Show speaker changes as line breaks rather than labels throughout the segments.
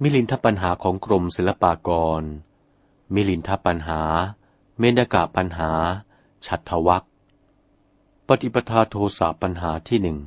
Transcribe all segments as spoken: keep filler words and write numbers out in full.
มิลินทปัญหาของกรมศิลปากรมิลินทปัญหาเมนกะปัญหาฉัตรวรรคปฏิปทาโทสะปัญหาที่หนึ่ง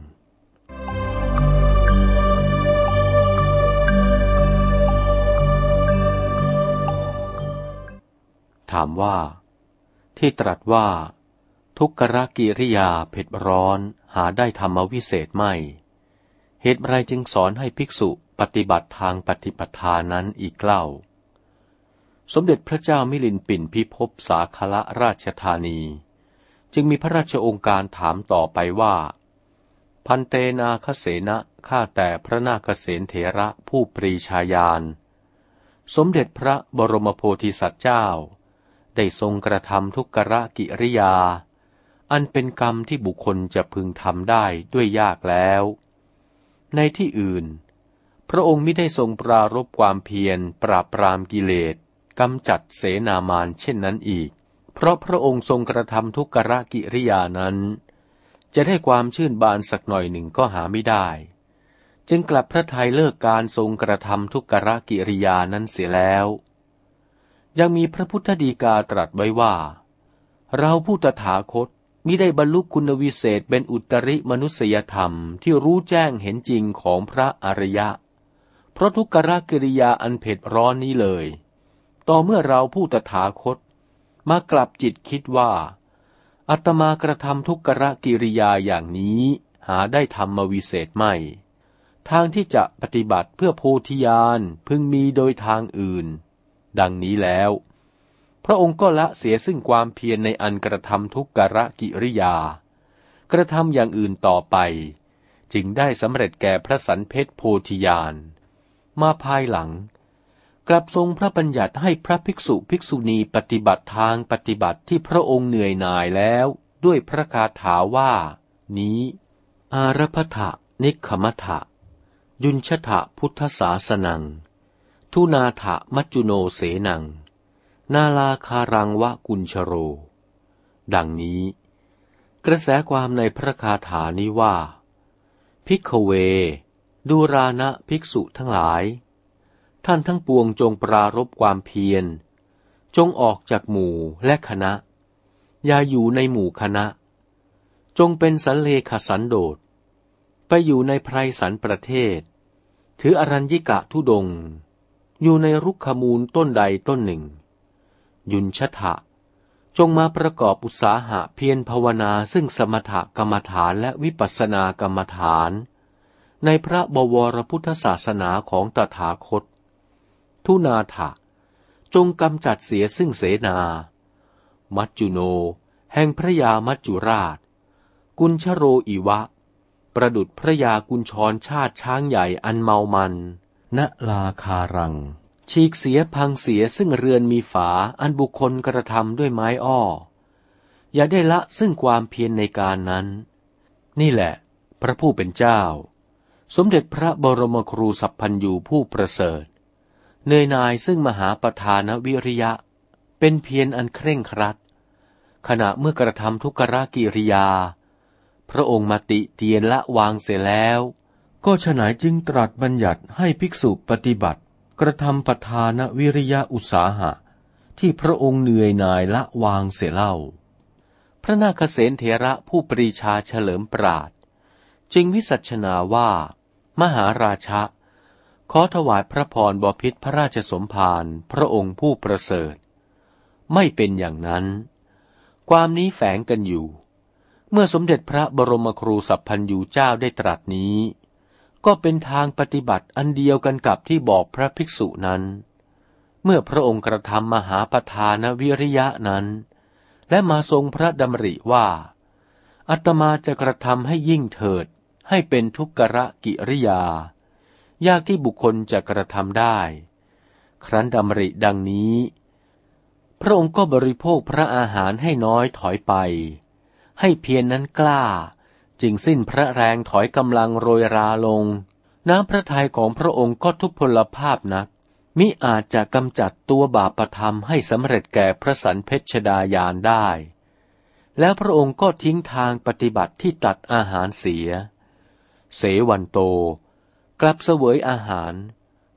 ถามว่าที่ตรัสว่าทุกขกิริยาเผ็ดร้อนหาได้ธรรมวิเศษไม่เหตุไรจึงสอนให้ภิกษุปฏิบัติทางปฏิปทานั้นอีกเล่าสมเด็จพระเจ้ามิลินปิ่นพิภพสาคละราชธานีจึงมีพระราชโองการถามต่อไปว่าพันเตนาคเสนะข้าแต่พระนาคเสนเถระผู้ปรีชาญาณสมเด็จพระบรมโพธิสัตว์เจ้าได้ทรงกระทำทุกขกิริยาอันเป็นกรรมที่บุคคลจะพึงทำได้ด้วยยากแล้วในที่อื่นพระองค์มิได้ทรงปรารภความเพียรปราบปรามกิเลสกำจัดเสนามารเช่นนั้นอีกเพราะพระองค์ทรงกระทำทุกขกิริยานั้นจะได้ความชื่นบานสักหน่อยหนึ่งก็หาไม่ได้จึงกลับพระทัยเลิกการทรงกระทำทุกขกิริยานั้นเสียแล้วยังมีพระพุทธดีกาตรัสไว้ว่าเราผู้ตถาคตมิได้บรรลุคุณวิเศษเป็นอุตริมนุษยธรรมที่รู้แจ้งเห็นจริงของพระอริยะเพราะทุกขกิริยาอันเผ็ดร้อนนี้เลยต่อเมื่อเราผู้ตถาคตมากลับจิตคิดว่าอาตมากระทำทุกขกิริยาอย่างนี้หาได้ธรรมวิเศษไม่ทางที่จะปฏิบัติเพื่อโพธิญาณพึงมีโดยทางอื่นดังนี้แล้วพระองค์ก็ละเสียซึ่งความเพียรในอันกระทำทุกขกิริยากระทำอย่างอื่นต่อไปจึงได้สำเร็จแก่พระสันเพชรโพธิญาณมาภายหลังกลับทรงพระบัญญัติให้พระภิกษุภิกษุณีปฏิบัติทางปฏิบัติที่พระองค์เหนื่อยหน่ายแล้วด้วยพระคาถาว่านี้อารพถะนิคขมถะยุญชถะพุทธศาสนังทุนาถะมัจจุโนเสนังนาลาคารังวะกุญชโรดังนี้กระแสความในพระคาถานี้ว่าภิกขเวดูรานะภิกษุทั้งหลายท่านทั้งปวงจงปรารภความเพียรจงออกจากหมู่และคณะอย่าอยู่ในหมู่คณะจงเป็นสันเลขสันโดษไปอยู่ในไพรสันประเทศถืออรัญญิกะธุดงค์อยู่ในรุกขมูลต้นใดต้นหนึ่งยุญชถะจงมาประกอบอุตสาหะเพียรภาวนาซึ่งสมถกรรมฐานและวิปัสสนากรรมฐานในพระบวรพุทธศาสนาของตถาคตทุนาถะจงกำจัดเสียซึ่งเสนามัจจุโนแห่งพระยามัจจุราชกุญชโรอิวะประดุจพระยากุญชรชาติช้างใหญ่อันเมามันณลาคารังฉีกเสียพังเสียซึ่งเรือนมีฝาอันบุคคลกระทำด้วยไม้อ้ออย่าได้ละซึ่งความเพียรในการนั้นนี่แหละพระผู้เป็นเจ้าสมเด็จพระบรมครูสัพพันยูผู้ประเสริฐเนยนายซึ่งมหาประธานวิริยะเป็นเพียรอันเคร่งครัดขณะเมื่อกระทำทุกขกิริยาพระองค์มาติเตียนละวางเสียแล้วก็ฉนัยจึงตรัสบัญญัติให้ภิกษุปฏิบัติกระทำประธานวิริยะอุตสาหะที่พระองค์เหนื่อยหน่ายละวางเสียเล่าพระนาคเสนเถระผู้ปรีชาเฉลิมปราชญ์จึงวิสัชนาว่ามหาราชะขอถวายพระพรบพิตรพระราชสมภารพระองค์ผู้ประเสริฐไม่เป็นอย่างนั้นความนี้แฝงกันอยู่เมื่อสมเด็จพระบรมครูสัพพันยูเจ้าได้ตรัสนี้ก็เป็นทางปฏิบัติอันเดียวกันกับที่บอกพระภิกษุนั้นเมื่อพระองค์กระทำมหาประธานวิริยะนั้นและมาทรงพระดำริว่าอาตมาจะกระทำให้ยิ่งเถิดให้เป็นทุกขกิริยายากที่บุคคลจะกระทำได้ครั้นดำริดังนี้พระองค์ก็บริโภคพระอาหารให้น้อยถอยไปให้เพียร น, นั้นกล้าจึงสิ้นพระแรงถอยกำลังโรยราลงน้ำพระทัยของพระองค์ก็ทุพพลภาพนักมิอาจจะกำจัดตัวบาปธรรมให้สำเร็จแก่พระสันเพชดาญาณได้แล้วพระองค์ก็ทิ้งทางปฏิบัติที่ตัดอาหารเสียเสวันโตกลับเสวยอาหาร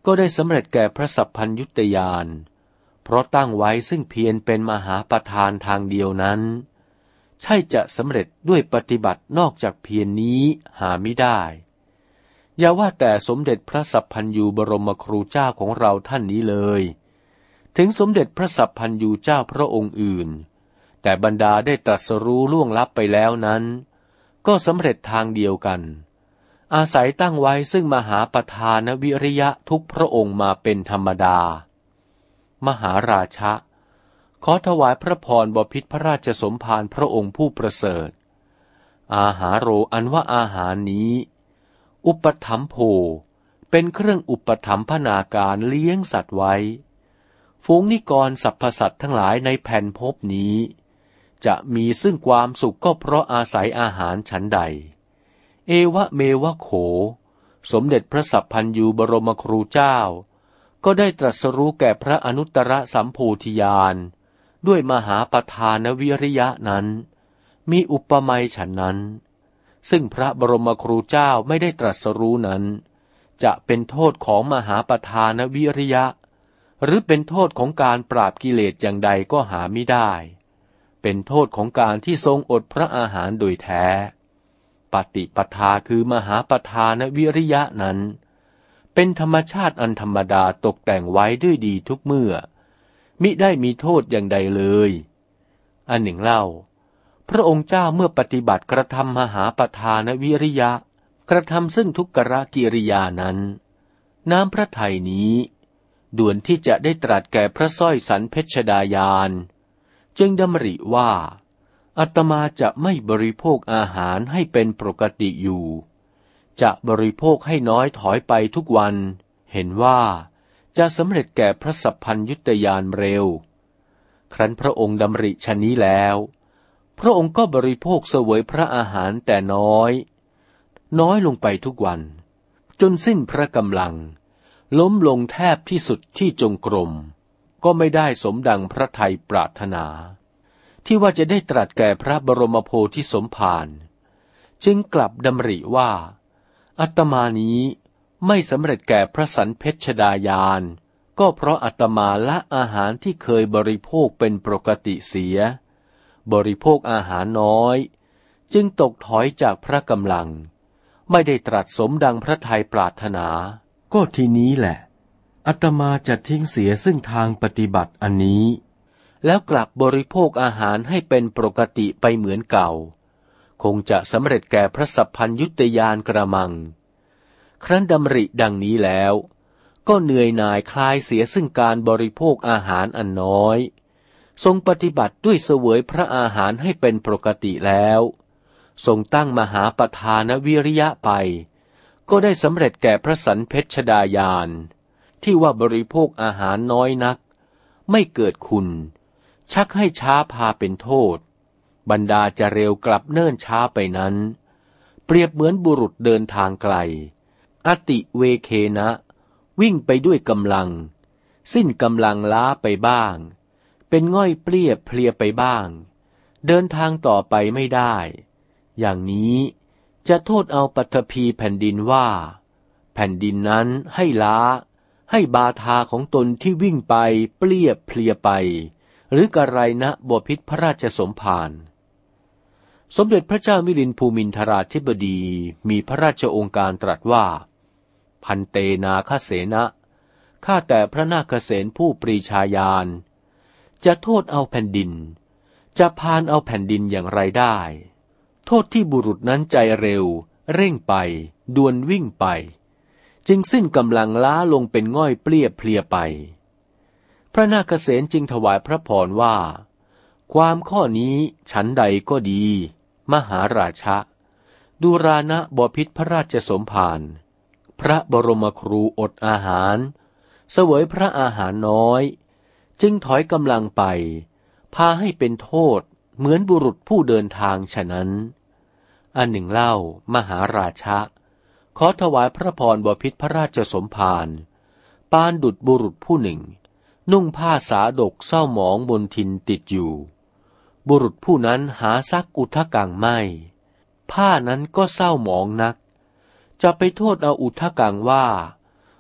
ก็ได้สำเร็จแก่พระสัพพัญญุตญาณเพราะตั้งไว้ซึ่งเพียรเป็นมหาประธานทางเดียวนั้นใช่จะสำเร็จด้วยปฏิบัตินอกจากเพียรนี้หาไม่ได้อย่าว่าแต่สมเด็จพระสัพพัญญูบรมครูเจ้าของเราท่านนี้เลยถึงสมเด็จพระสัพพัญญูเจ้าพระองค์อื่นแต่บรรดาได้ตรัสรู้ล่วงลับไปแล้วนั้นก็สำเร็จทางเดียวกันอาศัยตั้งไว้ซึ่งมหาประธานวิริยะทุกพระองค์มาเป็นธรรมดามหาราชะขอถวายพระพรบพิตรพระราชสมภารพระองค์ผู้ประเสริฐอาหารโรอันว่าอาหารนี้อุปถัมโภเป็นเครื่องอุปถัมภนาการเลี้ยงสัตว์ไว้ฝูงนิกรสรรพสัตว์ทั้งหลายในแผ่นภพนี้จะมีซึ่งความสุขก็เพราะอาศัยอาหารฉันใดเอวะเมวะโขสมเด็จพระสัพพัญญูบรมครูเจ้าก็ได้ตรัสรู้แก่พระอนุตตรสัมโพธิญาณด้วยมหาประธานวิริยะนั้นมีอุปมาฉันนั้นซึ่งพระบรมครูเจ้าไม่ได้ตรัสรู้นั้นจะเป็นโทษของมหาประธานวิริยะหรือเป็นโทษของการปราบกิเลสอย่างใดก็หาไม่ได้เป็นโทษของการที่ทรงอดพระอาหารโดยแท้ปฏิปทาคือมหาประธานวิริยะนั้นเป็นธรรมชาติอันธรรมดาตกแต่งไว้ด้วยดีทุกเมื่อมิได้มีโทษอย่างใดเลยอันหนึ่งเล่าพระองค์เจ้าเมื่อปฏิบัติกระทำมหาประธานวิริยะกระทำซึ่งทุกขกิริยานั้นน้ำพระทัยนี้ด่วนที่จะได้ตรัสแก่พระสร้อยสันเพชรดายานจึงดำริว่าอาตมาจะไม่บริโภคอาหารให้เป็นปกติอยู่จะบริโภคให้น้อยถอยไปทุกวันเห็นว่าจะสำเร็จแก่พระสัพพัญญุตญาณเร็วครั้นพระองค์ดำริชะนี้แล้วพระองค์ก็บริโภคเสวยพระอาหารแต่น้อยน้อยลงไปทุกวันจนสิ้นพระกำลังล้มลงแทบที่สุดที่จงกรมก็ไม่ได้สมดังพระทัยปรารถนาที่ว่าจะได้ตรัสแก่พระบรมโพธิสมภารจึงกลับดำริว่าอาตมานี้ไม่สำเร็จแก่พระสันเพชรดายานก็เพราะอาตมาละอาหารที่เคยบริโภคเป็นปกติเสียบริโภคอาหารน้อยจึงตกถอยจากพระกำลังไม่ได้ตรัสสมดังพระทัยปรารถนาก็ทีนี้แหละอาตมาจะทิ้งเสียซึ่งทางปฏิบัติอันนี้แล้วกลับบริโภคอาหารให้เป็นปกติไปเหมือนเก่าคงจะสำเร็จแก่พระสัพพัญญุตญาณกระมังครั้นดำริดังนี้แล้วก็เหนื่อยหน่ายคลายเสียซึ่งการบริโภคอาหารอันน้อยทรงปฏิบัติด้วยเสวยพระอาหารให้เป็นปกติแล้วทรงตั้งมหาประธานวิริยะไปก็ได้สำเร็จแก่พระสันเพชรดายานที่ว่าบริโภคอาหารน้อยนักไม่เกิดคุณชักให้ช้าพาเป็นโทษบรรดาจะเร็วกลับเนิ่นช้าไปนั้นเปรียบเหมือนบุรุษเดินทางไกลอติเวเคนะวิ่งไปด้วยกำลังสิ้นกำลังล้าไปบ้างเป็นง่อยเปลี้ยเพลียไปบ้างเดินทางต่อไปไม่ได้อย่างนี้จะโทษเอาปฐพีแผ่นดินว่าแผ่นดินนั้นให้ล้าให้บาทาของตนที่วิ่งไปเปลี้ยเพลียไปหรือกระไรนะบพิตรพระราชสมภารสมเด็จพระเจ้ามิลินภูมินทราธิบดีมีพระราชโองการตรัสว่าพันเตนาคเสนะข้าแต่พระนาคเสนผู้ปรีชาญาณจะโทษเอาแผ่นดินจะพานเอาแผ่นดินอย่างไรได้โทษที่บุรุษนั้นใจเร็วเร่งไปด่วนวิ่งไปจึงสิ้นกำลังล้าลงเป็นง่อยเปลี้ยเพลียไปพระนาคเสนจึงถวายพระพรว่าความข้อนี้ฉันใดก็ดีมหาราชะดูรานะบพิตรพระราชสมภารพระบรมครูอดอาหารเสวยพระอาหารน้อยจึงถอยกำลังไปพาให้เป็นโทษเหมือนบุรุษผู้เดินทางฉะนั้นอันหนึ่งเล่ามหาราชะขอถวายพระพรบพิตรพระราชสมภารปานดุจบุรุษผู้หนึ่งนุ่งผ้าสาดกเศร้าหมองบนทินติดอยู่บุรุษผู้นั้นหาซักอุทกังไม่ผ้านั้นก็เศร้าหมองนักจะไปโทษเอาอุทกังว่า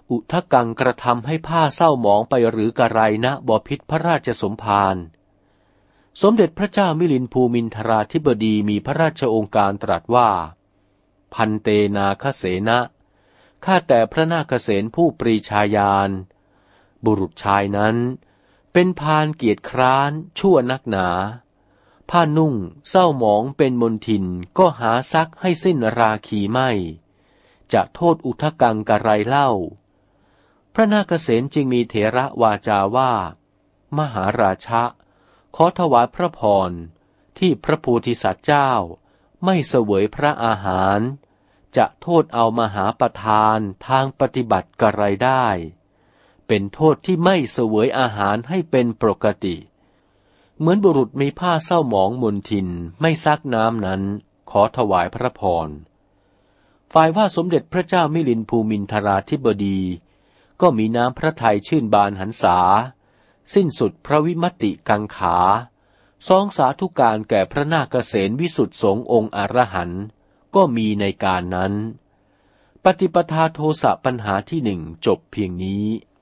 อุทกังกระทำให้ผ้าเศร้าหมองไปหรือกระไรณบพิตรพระราชสมภารสมเด็จพระเจ้ามิลินภูมินทราธิบดีมีพระราชโองการตรัสว่าพันเตนาคเสนะข้าแต่พระนาคเสนผู้ปรีชาญาณบุรุษชายนั้นเป็นพาลเกียจคร้านชั่วนักหนาผ้านุ่งเศร้าหมองเป็นมลทินก็หาซักให้สิ้นราคีไม่จะโทษอุทกังกะไรเล่าพระนาคเสนจึงมีเถระวาจาว่ามหาราชะขอถวายพระพรที่พระโพธิสัตว์เจ้าไม่เสวยพระอาหารจะโทษเอามหาประทานทางปฏิบัติกะไรได้เป็นโทษที่ไม่เสวยอาหารให้เป็นปกติเหมือนบุรุษมีผ้าเศร้าหมองมลทินไม่ซักน้ำนั้นขอถวายพระพรฝ่ายว่าสมเด็จพระเจ้ามิลินภูมินทราธิบดีก็มีน้ำพระทัยชื่นบานหันษาสิ้นสุดพระวิมติกังขาซองสาธุการแก่พระนาคเสนวิสุทธิสงฆ์องค์อรหันต์ก็มีในการนั้นปฏิปทาโทสะปัญหาที่หนึ่งจบเพียงนี้